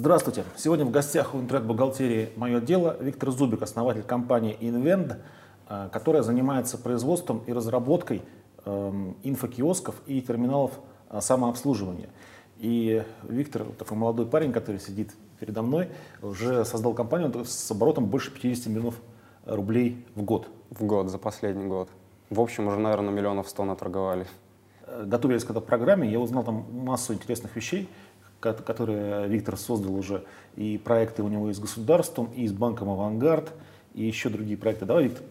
Здравствуйте. Сегодня в гостях у интернет-бухгалтерии «Мое дело» Виктор Зубик, основатель компании Invend, которая занимается производством и разработкой инфокиосков и терминалов самообслуживания. И Виктор, такой молодой парень, который сидит передо мной, уже создал компанию с оборотом больше 50 миллионов рублей в год. В год, за последний год. В общем, уже, наверное, 100 миллионов наторговали. Готовясь к этой программе, я узнал там массу интересных вещей, которые Виктор создал уже, и проекты у него и с государством, и с банком «Авангард», и еще другие проекты. Давай, Виктор,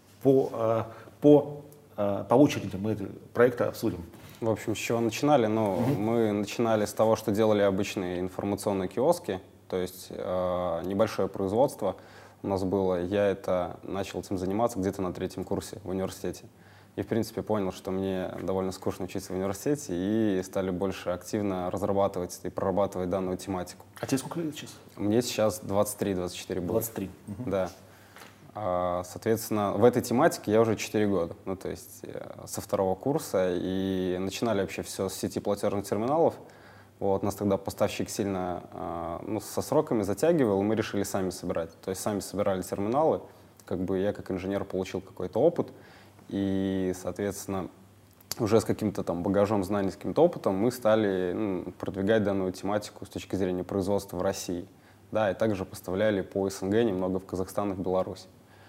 по очереди мы эти проекты обсудим. В общем, с чего начинали? Мы начинали с того, что делали обычные информационные киоски, то есть небольшое производство у нас было. Я начал этим заниматься где-то на 3-м курсе в университете. И, в принципе, понял, что мне довольно скучно учиться в университете, и стали больше активно разрабатывать и прорабатывать данную тематику. А тебе сколько лет сейчас? Мне сейчас 23-24 будет. 23. Да. Соответственно, в этой тематике я уже 4 года, то есть со 2-го курса, и начинали вообще все с сети платежных терминалов. Вот, нас тогда поставщик сильно со сроками затягивал, и мы решили сами собирать. То есть сами собирали терминалы, я как инженер получил какой-то опыт, и, соответственно, уже с каким-то там багажом знаний, с каким-то опытом мы стали продвигать данную тематику с точки зрения производства в России. Да, и также поставляли по СНГ немного в Казахстан и в Беларусь.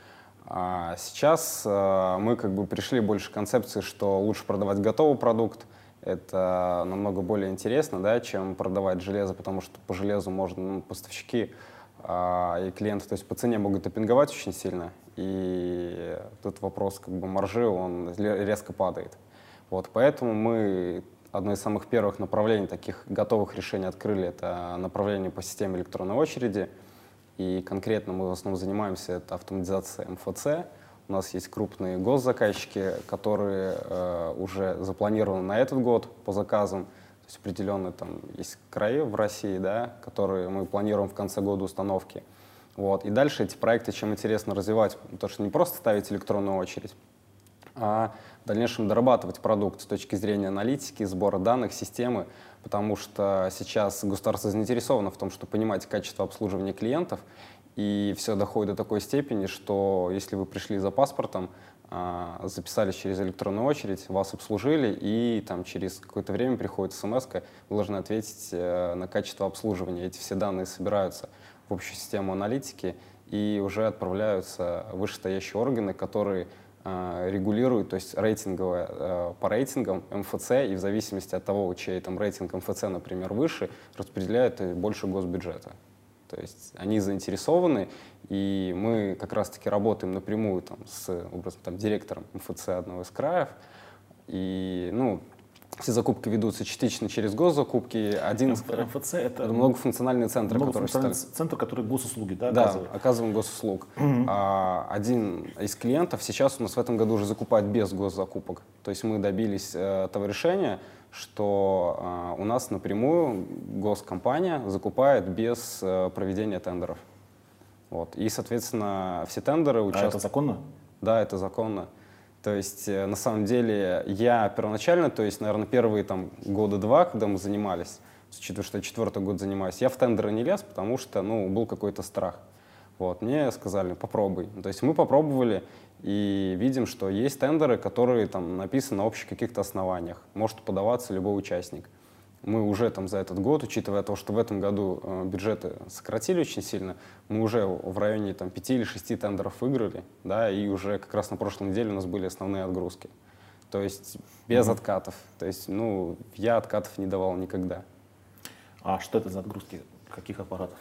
А сейчас мы пришли больше к концепции, что лучше продавать готовый продукт. Это намного более интересно, да, чем продавать железо, потому что по железу можно поставщики и клиенты, то есть по цене могут допинговать очень сильно, и тут вопрос маржи, он резко падает. Вот, поэтому мы одно из самых первых направлений таких готовых решений открыли, это направление по системе электронной очереди, и конкретно мы в основном занимаемся это автоматизацией МФЦ. У нас есть крупные госзаказчики, которые уже запланированы на этот год по заказам. То есть определенные там есть краи в России, да, которые мы планируем в конце года установки. Вот. И дальше эти проекты чем интересно развивать, потому что не просто ставить электронную очередь, а в дальнейшем дорабатывать продукт с точки зрения аналитики, сбора данных, системы, потому что сейчас государство заинтересовано в том, чтобы понимать качество обслуживания клиентов, и все доходит до такой степени, что если вы пришли за паспортом, записались через электронную очередь, вас обслужили, и там через какое-то время приходит смс-ка, вы должны ответить на качество обслуживания. Эти все данные собираются в общую систему аналитики и уже отправляются в вышестоящие органы, которые регулируют, то есть рейтинговое, по рейтингам МФЦ, и в зависимости от того, чей там рейтинг МФЦ, например, выше, распределяют больше госбюджета. То есть они заинтересованы, и мы как раз-таки работаем напрямую с директором МФЦ одного из краев. И все закупки ведутся частично через госзакупки. МФЦ — это многофункциональный центр, который госуслуги, да, оказывает? Да, оказываем госуслуг. Один из клиентов сейчас у нас в этом году уже закупает без госзакупок. То есть мы добились того решения, что у нас напрямую госкомпания закупает без проведения тендеров. Вот. И, соответственно, все тендеры участвуют. А это законно? Да, это законно. То есть, на самом деле, я первоначально, то есть, наверное, первые года 2, когда мы занимались, учитывая, что я 4-й год занимаюсь, я в тендеры не лез, потому что, был какой-то страх. Вот. Мне сказали, попробуй. То есть мы попробовали и видим, что есть тендеры, которые написаны на общих каких-то основаниях. Может подаваться любой участник. Мы уже за этот год, учитывая то, что в этом году бюджеты сократили очень сильно, мы уже в районе 5 или 6 тендеров выиграли, да, и уже как раз на прошлой неделе у нас были основные отгрузки. То есть без откатов. То есть, я откатов не давал никогда. А что это за отгрузки? Каких аппаратов?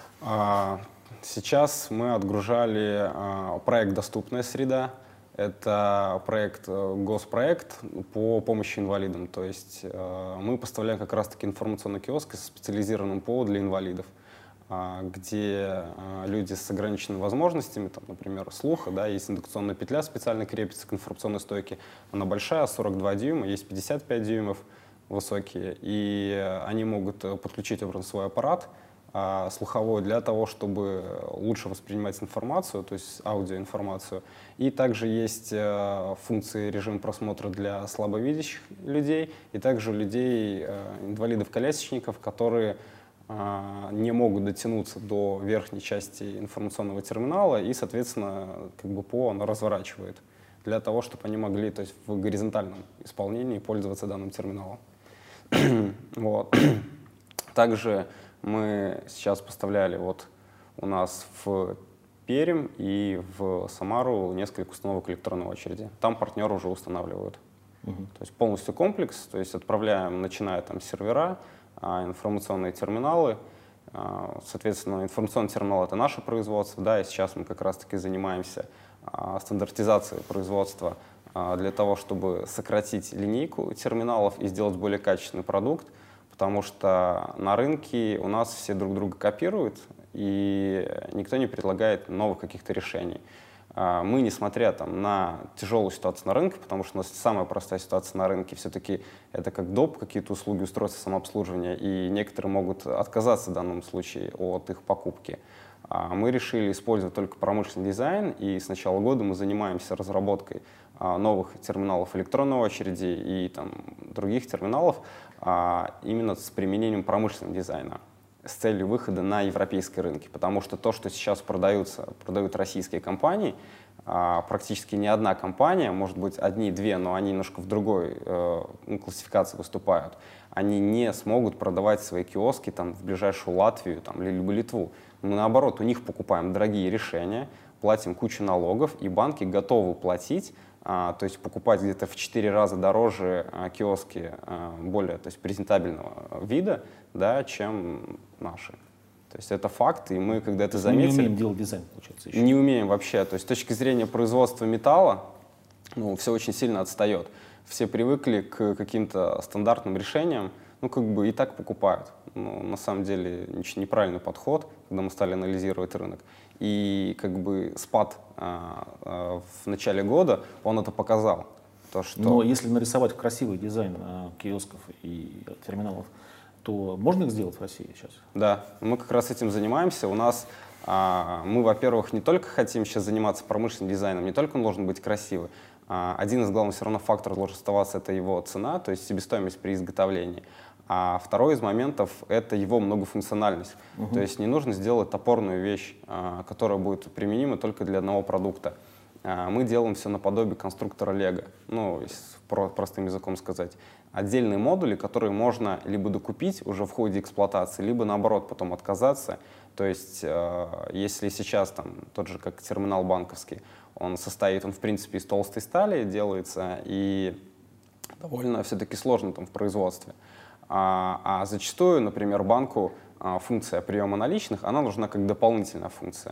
Сейчас мы отгружали проект «Доступная среда». Это госпроект по помощи инвалидам. То есть мы поставляем как раз-таки информационный киоск со специализированным ПО для инвалидов, где люди с ограниченными возможностями, например, слуха, да, есть индукционная петля специально крепится к информационной стойке. Она большая, 42 дюйма, есть 55 дюймов высокие, и они могут подключить свой аппарат слуховой для того, чтобы лучше воспринимать информацию, то есть аудиоинформацию. И также есть функции режим просмотра для слабовидящих людей и также людей, инвалидов-колясочников, которые не могут дотянуться до верхней части информационного терминала, и, соответственно, как бы ПО оно разворачивает для того, чтобы они могли, то есть в горизонтальном исполнении пользоваться данным терминалом. Вот. Также мы сейчас поставляли вот у нас в Пермь и в Самару несколько установок электронной очереди. Там партнеры уже устанавливают. То есть полностью комплекс, то есть отправляем, начиная там с сервера, информационные терминалы. Соответственно, информационный терминал — это наше производство, да, и сейчас мы как раз-таки занимаемся стандартизацией производства для того, чтобы сократить линейку терминалов и сделать более качественный продукт, потому что на рынке у нас все друг друга копируют, и никто не предлагает новых каких-то решений. Мы, несмотря там, на тяжелую ситуацию на рынке, потому что у нас самая простая ситуация на рынке, все-таки это как доп. Какие-то услуги устройства самообслуживания, и некоторые могут отказаться в данном случае от их покупки. Мы решили использовать только промышленный дизайн, и с начала года мы занимаемся разработкой новых терминалов электронной очереди и там, других терминалов именно с применением промышленного дизайна с целью выхода на европейские рынки. Потому что то, что сейчас продают российские компании, практически ни одна компания, может быть, одни-две, но они немножко в другой классификации выступают, они не смогут продавать свои киоски там, в ближайшую Латвию там, либо Литву. Мы, наоборот, у них покупаем дорогие решения, платим кучу налогов, и банки готовы платить, то есть покупать где-то в 4 раза дороже киоски более, то есть презентабельного вида, да, чем наши. То есть это факт, и мы, когда это заметили... Мы не умеем делать дизайн, получается, еще. Не умеем вообще. То есть с точки зрения производства металла, ну, все очень сильно отстает. Все привыкли к каким-то стандартным решениям, ну, как бы и так покупают. Но на самом деле неправильный подход, когда мы стали анализировать рынок. И как бы спад в начале года, он это показал. То, что... Но если нарисовать красивый дизайн киосков и терминалов, то можно их сделать в России сейчас? Да, мы как раз этим занимаемся. У нас мы, во-первых, не только хотим сейчас заниматься промышленным дизайном, не только он должен быть красивый. Один из главных все равно факторов должен оставаться — это его цена, то есть себестоимость при изготовлении. А второй из моментов — это его многофункциональность. То есть не нужно сделать топорную вещь, которая будет применима только для одного продукта. Мы делаем все наподобие конструктора Лего, ну, простым языком сказать. Отдельные модули, которые можно либо докупить уже в ходе эксплуатации, либо наоборот потом отказаться. То есть если сейчас там тот же как терминал банковский, он в принципе из толстой стали делается и довольно все-таки сложно там в производстве. А зачастую, например, банку функция приема наличных, она нужна как дополнительная функция.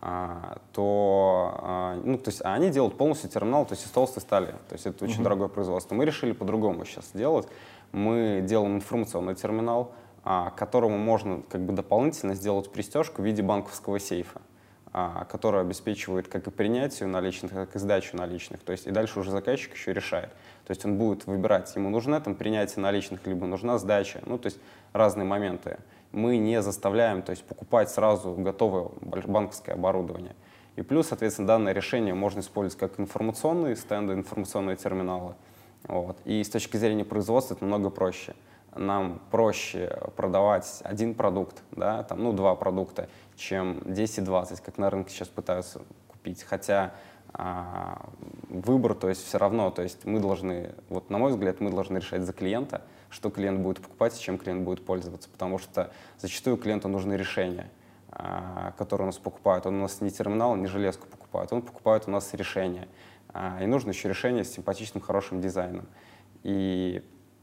То есть они делают полностью терминал, то есть из толстой стали. То есть это очень дорогое производство. Мы решили по-другому сейчас сделать. Мы делаем информационный терминал, которому можно как бы дополнительно сделать пристежку в виде банковского сейфа, который обеспечивает как и принятие наличных, так и сдачу наличных. То есть и дальше уже заказчик еще решает. То есть он будет выбирать, ему нужно там принятие наличных, либо нужна сдача. Ну, то есть разные моменты. Мы не заставляем, то есть покупать сразу готовое банковское оборудование. И плюс, соответственно, данное решение можно использовать как информационные стенды, информационные терминалы. Вот. И с точки зрения производства это намного проще. Нам проще продавать один продукт, да, там, ну, 2 продукта, чем 10-20, как на рынке сейчас пытаются купить. Хотя выбор, то есть все равно, то есть мы должны, вот на мой взгляд, мы должны решать за клиента, что клиент будет покупать и чем клиент будет пользоваться, потому что зачастую клиенту нужны решения, которые у нас покупают. Он у нас не терминал, не железку покупает, он покупает у нас решения. И нужно еще решение с симпатичным, хорошим дизайном. И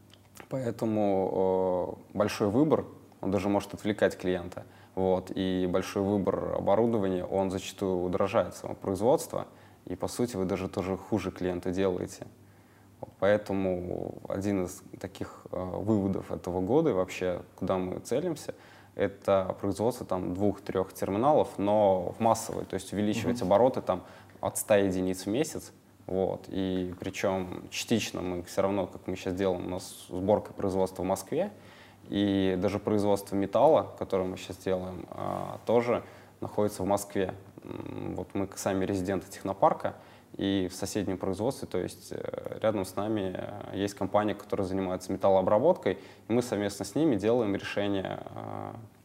поэтому большой выбор, он даже может отвлекать клиента. Вот, и большой выбор оборудования, он зачастую удорожает само производство, и, по сути, вы даже тоже хуже клиента делаете. Вот, поэтому один из таких выводов этого года, и вообще, куда мы целимся, это производство там 2-3 терминалов, но в массовой, то есть увеличивать обороты там от 100 единиц в месяц. Вот, и причем частично мы все равно, как мы сейчас делаем, у нас сборка производства в Москве, и даже производство металла, которое мы сейчас делаем, тоже находится в Москве. Вот мы сами резиденты технопарка, и в соседнем производстве, то есть рядом с нами есть компания, которая занимается металлообработкой, и мы совместно с ними делаем решения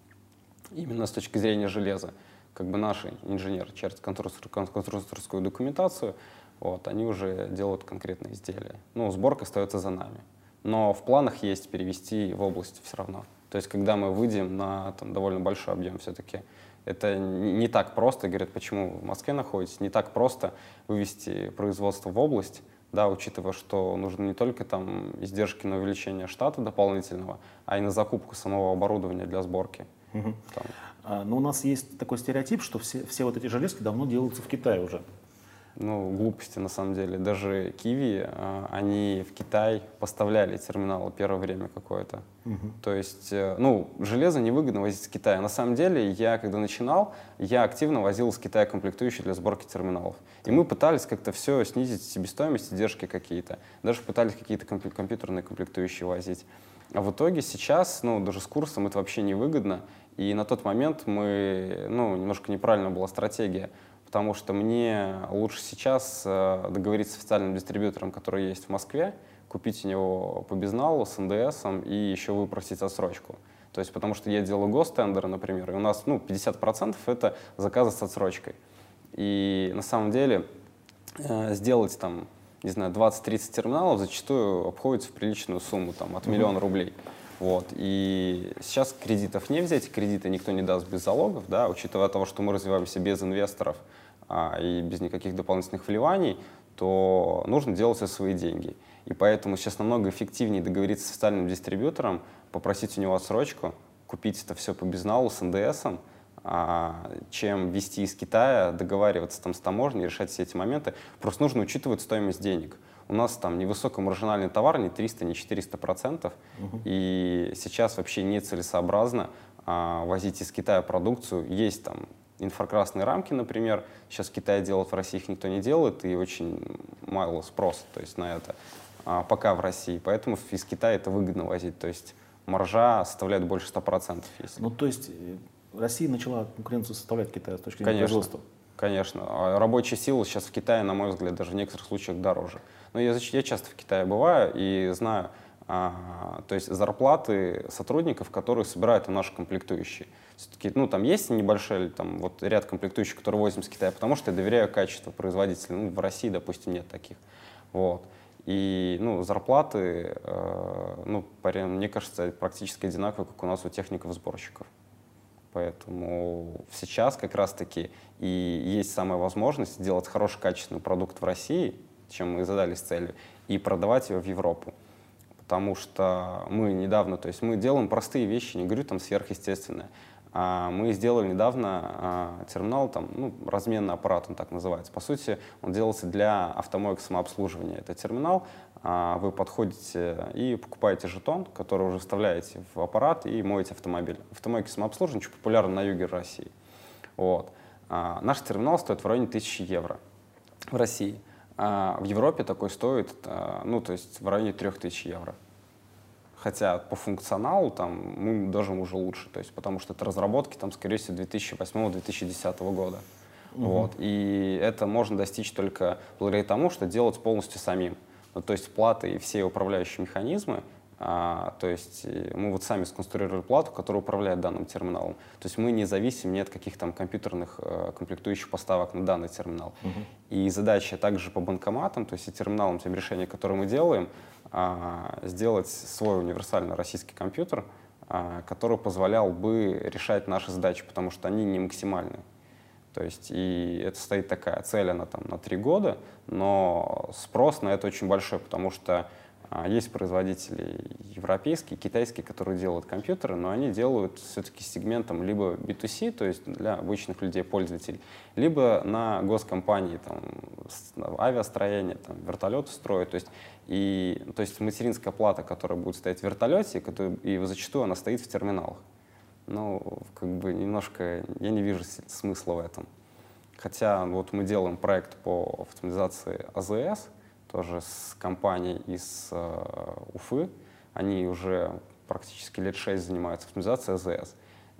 именно с точки зрения железа. Как бы наши инженеры чертят конструкторскую документацию, вот, они уже делают конкретные изделия. Ну, сборка остается за нами. Но в планах есть перевести в область все равно. То есть, когда мы выйдем на там, довольно большой объем, все-таки это не так просто, говорят, почему вы в Москве находитесь, не так просто вывести производство в область, да, учитывая, что нужно не только там издержки на увеличение штата дополнительного, а и на закупку самого оборудования для сборки. Мгм. Но у нас есть такой стереотип, что все вот эти железки давно делаются в Китае уже. Ну, глупости на самом деле. Даже Kiwi, они в Китай поставляли терминалы первое время какое-то. То есть, ну, железо невыгодно возить из Китая. На самом деле, я когда начинал, я активно возил из Китая комплектующие для сборки терминалов. И мы пытались как-то все снизить себестоимость, издержки какие-то. Даже пытались какие-то компьютерные комплектующие возить. А в итоге сейчас, ну, даже с курсом это вообще невыгодно. И на тот момент мы, ну, немножко неправильная была стратегия. Потому что мне лучше сейчас договориться с официальным дистрибьютором, который есть в Москве, купить у него по безналу с НДСом и еще выпросить отсрочку. То есть, потому что я делаю гостендеры, например, и у нас 50% это заказы с отсрочкой. И на самом деле сделать там, не знаю, 20-30 терминалов зачастую обходится в приличную сумму, там, от миллиона рублей. Вот. И сейчас кредитов не взять, кредиты никто не даст без залогов, да, учитывая того, что мы развиваемся без инвесторов и без никаких дополнительных вливаний, то нужно делать все свои деньги. И поэтому сейчас намного эффективнее договориться с официальным дистрибьютором, попросить у него отсрочку, купить это все по безналу с НДСом, чем везти из Китая, договариваться там с таможней, решать все эти моменты. Просто нужно учитывать стоимость денег. У нас там невысокомаржинальный товар, не 300, не 400%, и сейчас вообще нецелесообразно возить из Китая продукцию. Есть там инфракрасные рамки, например, сейчас в Китае делают, в России их никто не делает, и очень мало спроса, то есть на это пока в России. Поэтому из Китая это выгодно возить, то есть маржа составляет больше 100%. Если. Ну, то есть Россия начала конкуренцию составлять Китаю с точки зрения производства? Конечно. Рабочая сила сейчас в Китае, на мой взгляд, даже в некоторых случаях дороже. Но я часто в Китае бываю и знаю, то есть зарплаты сотрудников, которые собирают наши комплектующие. Все-таки, ну, там есть небольшой там, вот, ряд комплектующих, которые возим с Китая, потому что я доверяю качеству производителя. Ну, в России, допустим, нет таких. Вот. И ну, зарплаты, мне кажется, практически одинаковые, как у нас у техников-сборщиков. Поэтому сейчас как раз-таки и есть самая возможность сделать хороший качественный продукт в России, чем мы и задались целью, и продавать его в Европу. Потому что мы недавно, то есть мы делаем простые вещи, не говорю там сверхъестественные. Мы сделали недавно терминал, там, разменный аппарат, он так называется. По сути, он делался для автомоек самообслуживания. Это терминал, вы подходите и покупаете жетон, который уже вставляете в аппарат и моете автомобиль. Автомойки самообслуживания очень популярны на юге России. Вот. Наш терминал стоит в районе 1000 евро в России. В Европе такой стоит, то есть в районе 3000 евро. Хотя по функционалу там мы даже уже лучше, то есть, потому что это разработки, там, скорее всего, 2008-2010 года. Вот. И это можно достичь только благодаря тому, что делать полностью самим. Ну, то есть платы и все управляющие механизмы, то есть мы вот сами сконструировали плату, которая управляет данным терминалом. То есть мы не зависим ни от каких там компьютерных комплектующих поставок на данный терминал. И задача также по банкоматам, то есть и терминалам, тем решениям, которые мы делаем, сделать свой универсальный российский компьютер, который позволял бы решать наши задачи, потому что они не максимальны. То есть и это стоит такая цель, она там на 3 года, но спрос на это очень большой, потому что есть производители европейские, китайские, которые делают компьютеры, но они делают все-таки с сегментом либо B2C, то есть для обычных людей, пользователей, либо на госкомпании, там, авиастроение, там, вертолеты строят. То есть материнская плата, которая будет стоять в вертолете, и зачастую она стоит в терминалах. Ну, как бы немножко я не вижу смысла в этом. Хотя вот мы делаем проект по автоматизации АЗС, тоже с компанией из Уфы. Они уже практически лет 6 занимаются автоматизацией АЗС.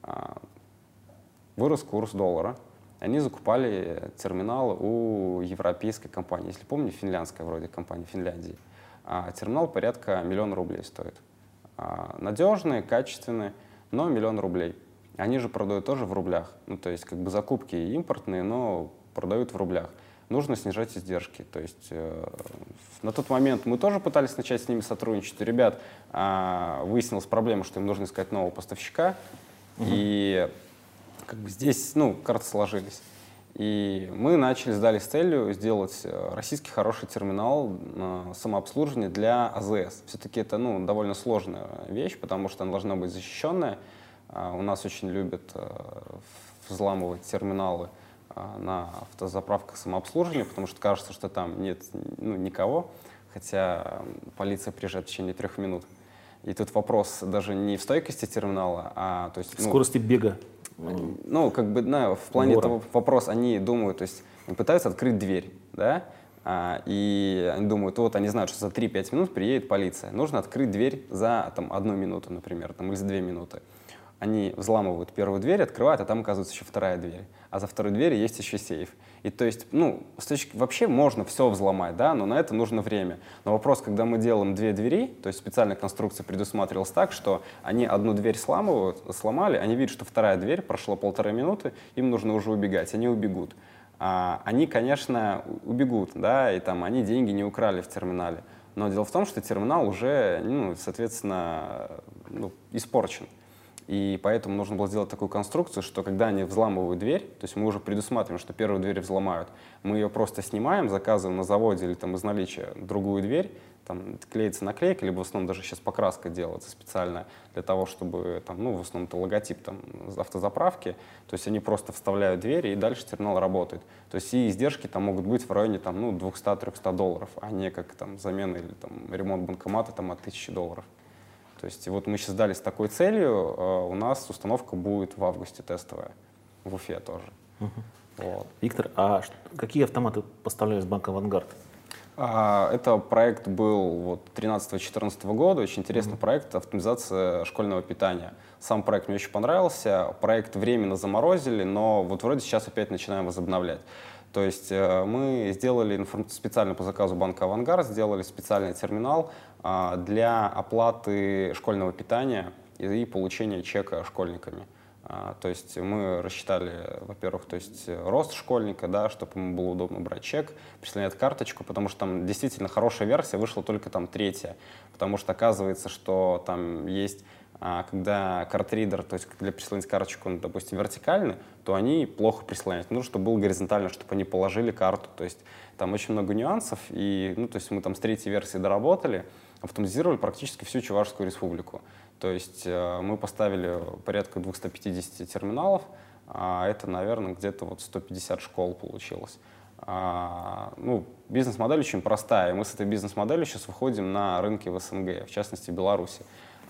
Вырос курс доллара. Они закупали терминалы у европейской компании. Если помню, финляндская вроде компания Финляндии. Терминал порядка 1 000 000 рублей стоит. Надежный, качественный, но 1 000 000 рублей. Они же продают тоже в рублях. Ну, то есть как бы закупки импортные, но продают в рублях. Нужно снижать издержки. То есть на тот момент мы тоже пытались начать с ними сотрудничать. У ребят выяснилась проблема, что им нужно искать нового поставщика. И как бы здесь, ну, карты сложились. И мы задались целью сделать российский хороший терминал самообслуживания для АЗС. Все-таки это, ну, довольно сложная вещь, потому что она должна быть защищенная. У нас очень любят взламывать терминалы на автозаправках самообслуживания, потому что кажется, что там нет, ну, никого, хотя полиция приезжает в течение 3 минут. И тут вопрос даже не в стойкости терминала, а то есть, ну, скорости бега. Ну, как бы, да, в плане этого вопрос, они думают, то есть они пытаются открыть дверь, да, и они думают, вот они знают, что за 3-5 минут приедет полиция. Нужно открыть дверь за там, 1 минуту, например, там, или за 2 минуты. Они взламывают первую дверь, открывают, а там оказывается еще вторая дверь. А за второй дверью есть еще сейф. И то есть, ну, вообще можно все взломать, да, но на это нужно время. Но вопрос, когда мы делаем 2 двери, то есть специальная конструкция предусматривалась так, что они одну дверь сломали, они видят, что вторая дверь, прошло 1,5 минуты, им нужно уже убегать, они убегут. Они, конечно, убегут, да, и там они деньги не украли в терминале. Но дело в том, что терминал уже, ну, соответственно, ну, испорчен. И поэтому нужно было сделать такую конструкцию, что когда они взламывают дверь, то есть мы уже предусматриваем, что первую дверь взломают, мы ее просто снимаем, заказываем на заводе или там из наличия другую дверь, там клеится наклейка, либо в основном даже сейчас покраска делается специальная для того, чтобы, там, ну, в основном это логотип там, автозаправки, то есть они просто вставляют дверь, и дальше терминал работает. То есть и издержки там могут быть в районе там, ну, $200-300, а не как там замена или там, ремонт банкомата там, от $1000. То есть вот мы сейчас дали с такой целью, у нас установка будет в августе тестовая, в Уфе тоже. Вот. Виктор, а какие автоматы поставляли с банка «Авангард»? Это проект был вот 13-14 года, очень интересный проект автоматизация школьного питания. Сам проект мне очень понравился, проект временно заморозили, но вот вроде сейчас опять начинаем возобновлять. То есть мы сделали специально по заказу банка «Авангард», сделали специальный терминал для оплаты школьного питания и получения чека школьниками. То есть мы рассчитали, во-первых, то есть рост школьника, да, чтобы ему было удобно брать чек, присоединять карточку, потому что там действительно хорошая версия, вышла только там 3-я, потому что оказывается, что там есть, когда картридер, то есть для присоединить карточку, он, допустим, вертикальный, то они плохо присоединяют. Нужно, чтобы был горизонтально, чтобы они положили карту. То есть там очень много нюансов, и, ну, то есть мы там с 3-й версии доработали, автоматизировали практически всю Чувашскую республику. То есть мы поставили порядка 250 терминалов, это, наверное, где-то вот 150 школ получилось. Ну, бизнес-модель очень простая, и мы с этой бизнес-моделью сейчас выходим на рынки в СНГ, в частности, в Беларуси.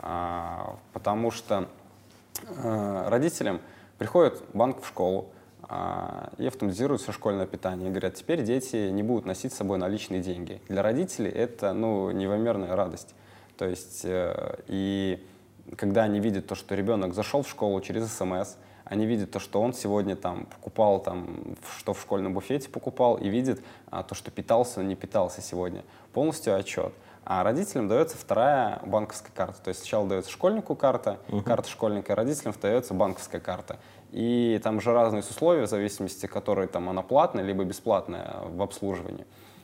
Потому что родителям приходит банк в школу и автоматизирует все школьное питание. И говорят, теперь дети не будут носить с собой наличные деньги. Для родителей это, ну, невымерная радость. То есть, и когда они видят то, что ребенок зашел в школу через СМС, они видят то, что он сегодня там покупал, там, что в школьном буфете покупал, и видят то, что питался, он не питался сегодня. Полностью отчет. А родителям дается 2-я банковская карта. То есть сначала дается школьнику карта, карта школьника, а родителям дается банковская карта. И там же разные условия, в зависимости, которые там она платная, либо бесплатная в обслуживании.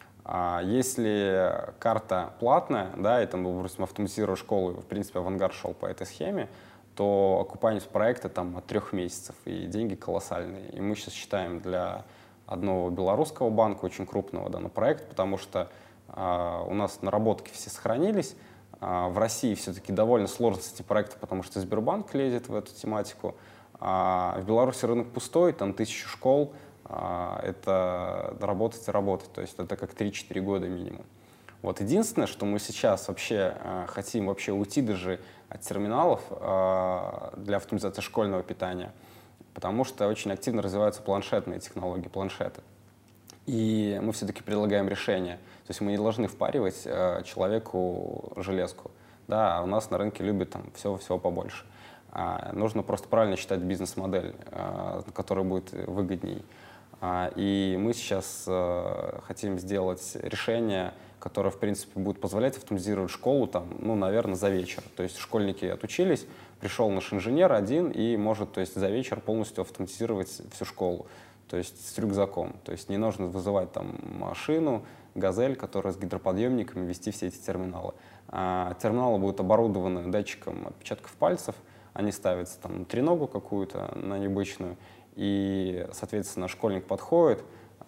Если карта платная, да, и там, допустим, автоматизируя школу, в принципе, «Авангард» шел по этой схеме, то окупаемость проекта там от 3 месяцев, и деньги колоссальные. И мы сейчас считаем для одного белорусского банка, очень крупного, да, на проект, потому что у нас наработки все сохранились. В России все-таки довольно сложно с этим проектом, потому что Сбербанк лезет в эту тематику. В Беларуси рынок пустой, там 1000 школ, это работать и работать, то есть это как 3-4 года минимум. Вот единственное, что мы сейчас вообще хотим вообще уйти даже от терминалов для автоматизации школьного питания, потому что очень активно развиваются планшетные технологии, планшеты. И мы все-таки предлагаем решение. То есть мы не должны впаривать человеку железку. Да, а у нас на рынке любят там всего побольше. Нужно просто правильно считать бизнес-модель, которая будет выгодней. И мы сейчас хотим сделать решение, которое, в принципе, будет позволять автоматизировать школу, там, ну, наверное, за вечер. То есть школьники отучились, пришел наш инженер один и может, то есть, за вечер полностью автоматизировать всю школу, то есть с рюкзаком. То есть не нужно вызывать там машину, «Газель», которая с гидроподъемниками, вести все эти терминалы. Терминалы будут оборудованы датчиком отпечатков пальцев, они ставятся там на треногу какую-то, на необычную, и, соответственно, школьник подходит,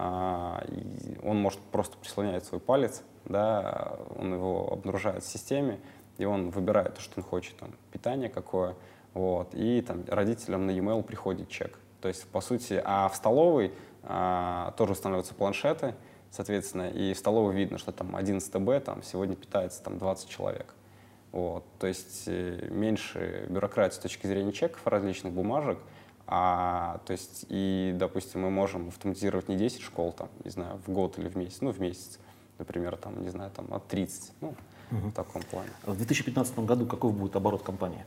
он может просто прислонять свой палец, да, он его обнаружает в системе, и он выбирает то, что он хочет, там, питание какое, вот, и там родителям на e-mail приходит чек. То есть, по сути, в столовой тоже устанавливаются планшеты, соответственно, и в столовой видно, что там 11 Б, там сегодня питается там 20 человек. Вот, то есть меньше бюрократии с точки зрения чеков, различных бумажек, то есть, и, допустим, мы можем автоматизировать не 10 школ, там, не знаю, в год или в месяц, ну, в месяц, например, там, не знаю, там, от 30, ну, в таком плане. В 2015 году каков будет оборот компании?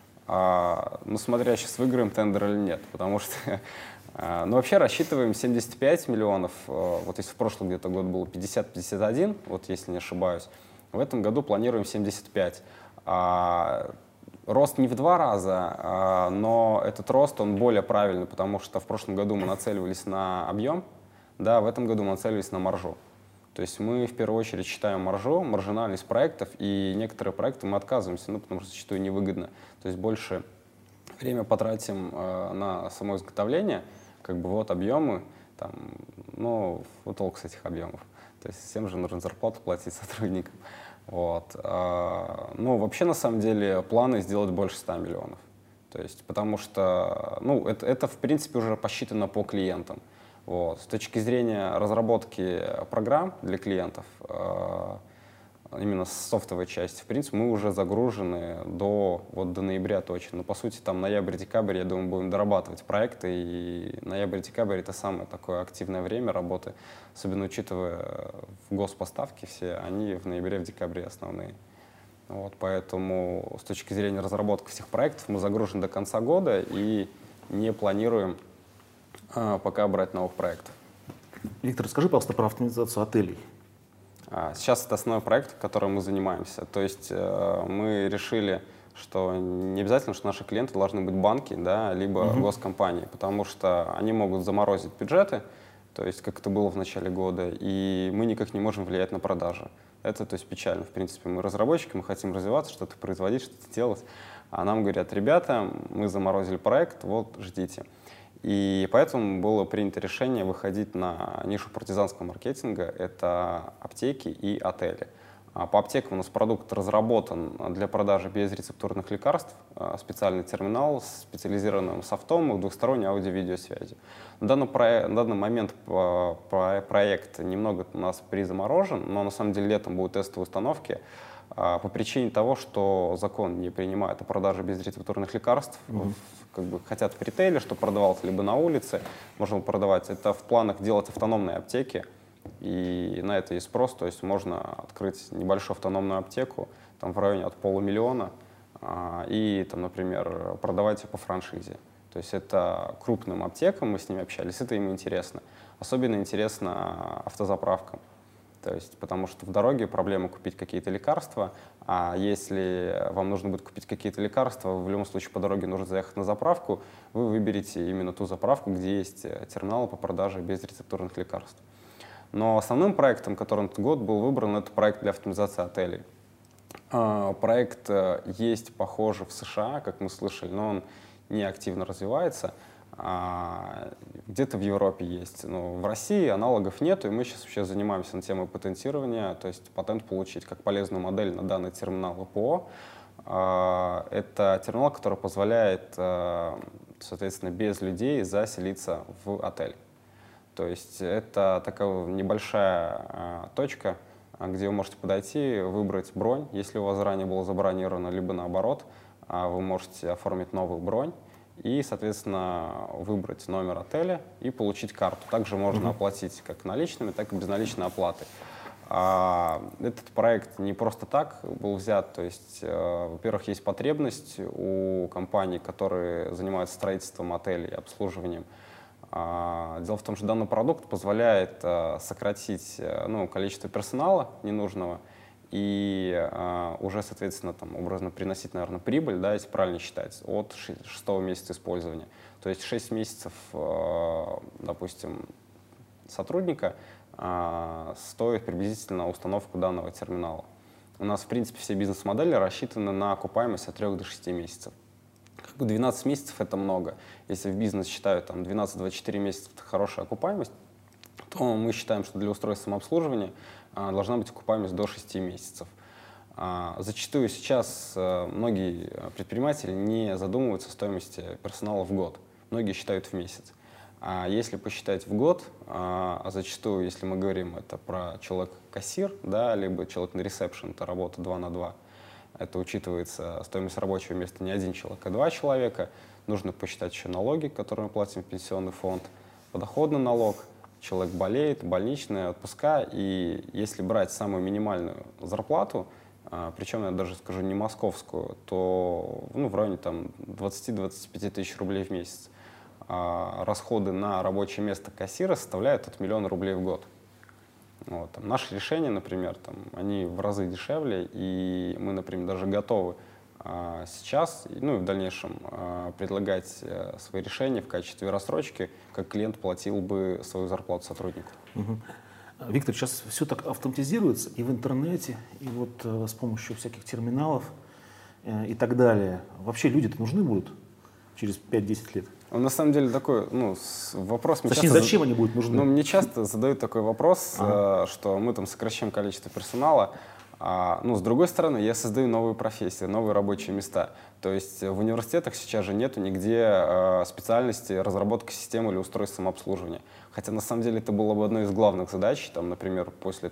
Ну, смотря сейчас выиграем тендер или нет, потому что, ну, вообще рассчитываем 75 миллионов, вот если в прошлом где-то год было 50-51, вот если не ошибаюсь, в этом году планируем 75. Рост не в 2 раза, но этот рост, он более правильный, потому что в прошлом году мы нацеливались на объем, да, в этом году мы нацелились на маржу. То есть мы в первую очередь считаем маржу, маржинальность проектов, и некоторые проекты мы отказываемся, ну, потому что зачастую невыгодно. То есть больше время потратим на само изготовление, как бы вот объемы, там, ну, вот толк с этих объемов. То есть всем же нужно зарплату платить сотрудникам. Вот. Ну, вообще, на самом деле, планы сделать больше 100 миллионов. То есть, потому что, ну, это, в принципе, уже посчитано по клиентам. Вот. С точки зрения разработки программ для клиентов, именно с софтовой части, в принципе, мы уже загружены до ноября точно. Но, по сути, там ноябрь-декабрь, я думаю, будем дорабатывать проекты, и ноябрь-декабрь — это самое такое активное время работы, особенно учитывая в госпоставки все, они в ноябре, в декабре основные. Вот, поэтому с точки зрения разработки всех проектов мы загружены до конца года и не планируем пока брать новых проектов. Виктор, расскажи, пожалуйста, про автоматизацию отелей. Сейчас это основной проект, которым мы занимаемся. То есть мы решили, что не обязательно, что наши клиенты должны быть банки, да, либо госкомпании, потому что они могут заморозить бюджеты, то есть как это было в начале года, и мы никак не можем влиять на продажи. Это, то есть, печально. В принципе, мы разработчики, мы хотим развиваться, что-то производить, что-то делать, а нам говорят: ребята, мы заморозили проект, вот, ждите. И поэтому было принято решение выходить на нишу партизанского маркетинга. Это аптеки и отели. По аптекам у нас продукт разработан для продажи безрецептурных лекарств, специальный терминал с специализированным софтом и двухсторонней аудио-видеосвязью. На данный момент проект немного у нас призаморожен, но на самом деле летом будут тестовые установки по причине того, что закон не принимает о продаже безрецептурных лекарств. Как бы хотят в ритейле, чтобы продавался либо на улице, можно продавать. Это в планах делать автономные аптеки, и на это есть спрос, то есть можно открыть небольшую автономную аптеку там в районе от $500 000 и, там, например, продавать ее по франшизе. То есть это крупным аптекам, мы с ними общались, это им интересно. Особенно интересно автозаправкам. То есть, потому что в дороге проблема купить какие-то лекарства, а если вам нужно будет купить какие-то лекарства, в любом случае по дороге нужно заехать на заправку, вы выберете именно ту заправку, где есть терминалы по продаже безрецептурных лекарств. Но основным проектом, который на этот год был выбран, это проект для автоматизации отелей. Проект есть, похоже, в США, как мы слышали, но он не активно развивается. Где-то в Европе есть. Но в России аналогов нет, и мы сейчас вообще занимаемся на тему патентирования, то есть патент получить как полезную модель на данный терминал ПО. Это терминал, который позволяет, соответственно, без людей заселиться в отель. То есть это такая небольшая точка, где вы можете подойти, выбрать бронь, если у вас заранее было забронировано, либо наоборот, вы можете оформить новую бронь и, соответственно, выбрать номер отеля и получить карту. Также можно оплатить как наличными, так и безналичной оплатой. Этот проект не просто так был взят, то есть, во-первых, есть потребность у компаний, которые занимаются строительством отелей и обслуживанием, Дело в том, что данный продукт позволяет сократить количество персонала ненужного и уже, соответственно, там, образно приносить, наверное, прибыль, да, если правильно считать, от 6-го месяца использования. То есть 6 месяцев, допустим, сотрудника стоит приблизительно установку данного терминала. У нас, в принципе, все бизнес-модели рассчитаны на окупаемость от 3 до 6 месяцев. 12 месяцев — это много. Если в бизнес считают там 12-24 месяца — это хорошая окупаемость, то мы считаем, что для устройств самообслуживания должна быть окупаемость до 6 месяцев. Зачастую сейчас многие предприниматели не задумываются о стоимости персонала в год. Многие считают в месяц. А если посчитать в год, зачастую, если мы говорим это про человек-кассир, да, либо человек на ресепшн, это работа 2 на 2, это учитывается стоимость рабочего места не 1 человек, а 2 человека. Нужно посчитать еще налоги, которые мы платим в пенсионный фонд, подоходный налог, человек болеет, больничные, отпуска. И если брать самую минимальную зарплату, причем я даже скажу не московскую, то в районе 20-25 тысяч рублей в месяц, расходы на рабочее место кассира составляют от 1 000 000 рублей в год. Вот. Наши решения, например, они в разы дешевле, и мы, например, даже готовы сейчас, и в дальнейшем предлагать свои решения в качестве рассрочки, как клиент платил бы свою зарплату сотруднику. Виктор, сейчас все так автоматизируется и в интернете, и вот с помощью всяких терминалов и так далее. Вообще люди-то нужны будут через 5-10 лет? На самом деле такой вопрос... Точнее, зачем они будут нужны? Мне часто задают такой вопрос, что мы сокращаем количество персонала. С другой стороны, я создаю новые профессии, новые рабочие места. То есть в университетах сейчас же нету нигде специальности разработки системы или устройств самообслуживания. Хотя на самом деле это было бы одной из главных задач. Например, после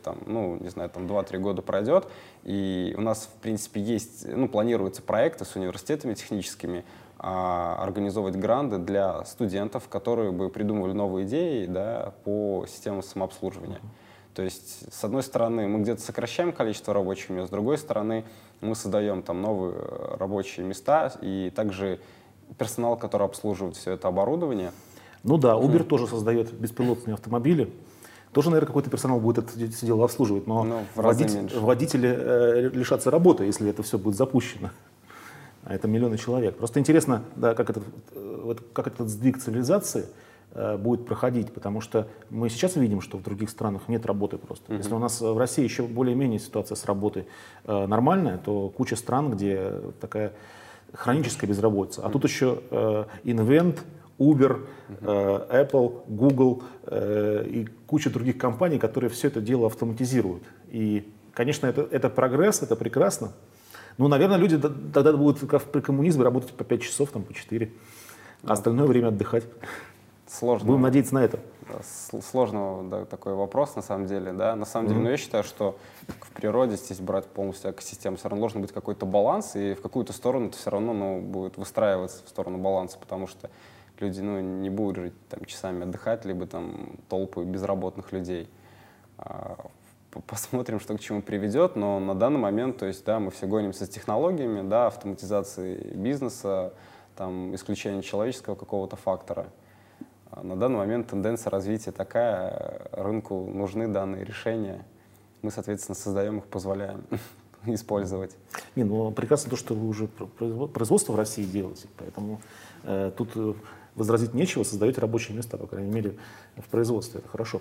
2-3 года пройдет, и у нас, в принципе, есть, планируются проекты с университетами техническими, организовывать гранты для студентов, которые бы придумывали новые идеи, да, по системам самообслуживания. То есть, с одной стороны, мы где-то сокращаем количество рабочих мест, с другой стороны, мы создаем новые рабочие места и также персонал, который обслуживает все это оборудование. Ну да, Uber тоже создает беспилотные автомобили. Тоже, наверное, какой-то персонал будет это все дело обслуживать, но водители лишатся работы, если это все будет запущено. А это миллионы человек. Просто интересно, да, как этот сдвиг цивилизации будет проходить, потому что мы сейчас видим, что в других странах нет работы просто. Если у нас в России еще более-менее ситуация с работой нормальная, то куча стран, где такая хроническая безработица. А тут еще Invent, Uber, Apple, Google и куча других компаний, которые все это дело автоматизируют. И, конечно, это прогресс, это прекрасно. Наверное, люди тогда будут, как при коммунизме, работать по 5 часов, по 4, а остальное время отдыхать. Сложно. Будем надеяться на это. Сложный такой вопрос, на самом деле. Да? На самом деле, но я считаю, что в природе, здесь брать полностью экосистему, все равно должен быть какой-то баланс, и в какую-то сторону это все равно будет выстраиваться в сторону баланса, потому что люди не будут жить часами отдыхать, либо толпы безработных людей. Посмотрим, что к чему приведет, но на данный момент, то есть, да, мы все гонимся с технологиями, да, автоматизацией бизнеса, исключением человеческого какого-то фактора. На данный момент тенденция развития такая, рынку нужны данные решения, мы, соответственно, создаем их, позволяем использовать. Прекрасно то, что вы уже производство в России делаете, поэтому тут возразить нечего, создаете рабочие места, по крайней мере, в производстве, это хорошо.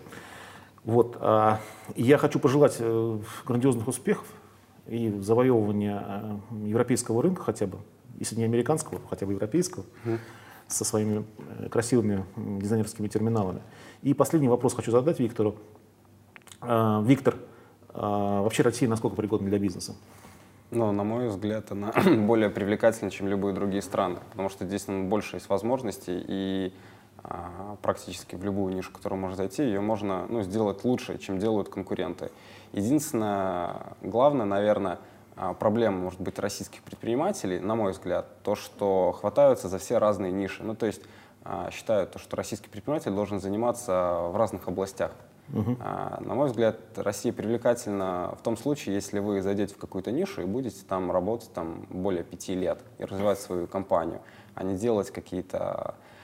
Я хочу пожелать грандиозных успехов и завоевывания европейского рынка хотя бы, если не американского, хотя бы европейского, со своими красивыми дизайнерскими терминалами. И последний вопрос хочу задать Виктору. Виктор, вообще Россия насколько пригодна для бизнеса? На мой взгляд, она более привлекательна, чем любые другие страны, потому что здесь больше есть возможностей, и практически в любую нишу, в которую можно зайти, ее можно сделать лучше, чем делают конкуренты. Единственное, главное, наверное, проблема, может быть, российских предпринимателей, на мой взгляд, то, что хватаются за все разные ниши. То есть считают, что российский предприниматель должен заниматься в разных областях. На мой взгляд, Россия привлекательна в том случае, если вы зайдете в какую-то нишу и будете там работать более 5 лет и развивать свою компанию, а не делать какие-то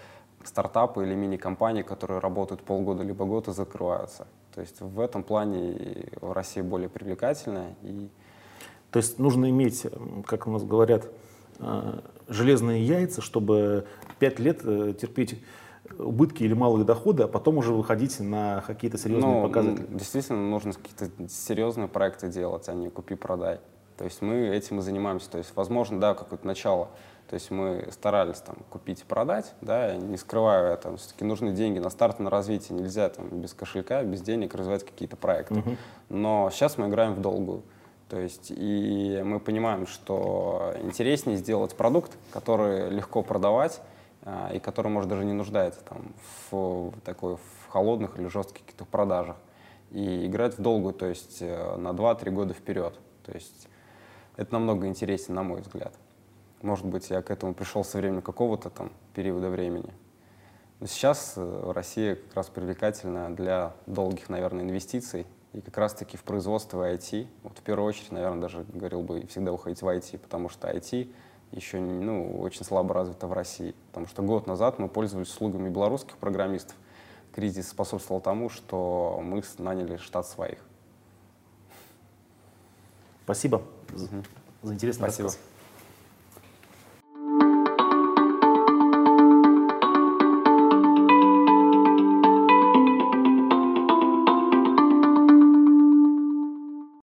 стартапы или мини-компании, которые работают полгода либо год и закрываются. То есть в этом плане Россия более привлекательная. То есть нужно иметь, как у нас говорят, железные яйца, чтобы 5 лет терпеть убытки или малые доходы, а потом уже выходить на какие-то серьезные показатели. Действительно, нужно какие-то серьезные проекты делать, а не купи-продай. То есть мы этим и занимаемся. То есть, возможно, да, какое-то начало. То есть мы старались там купить и продать, да, не скрывая это. Все-таки нужны деньги на старт, на развитие. Нельзя там без кошелька, без денег развивать какие-то проекты. Но сейчас мы играем в долгую. То есть и мы понимаем, что интереснее сделать продукт, который легко продавать, и который, может, даже не нуждается там, в холодных или жестких каких-то продажах. И играть в долгую, то есть на 2-3 года вперед. То есть это намного интереснее, на мой взгляд. Может быть, я к этому пришел со времени какого-то там периода времени. Но сейчас Россия как раз привлекательна для долгих, наверное, инвестиций. И как раз-таки в производство IT. Вот в первую очередь, наверное, даже говорил бы всегда уходить в IT, потому что IT еще очень слабо развито в России. Потому что год назад мы пользовались услугами белорусских программистов. Кризис способствовал тому, что мы наняли штат своих. Спасибо за интересный Спасибо. рассказ.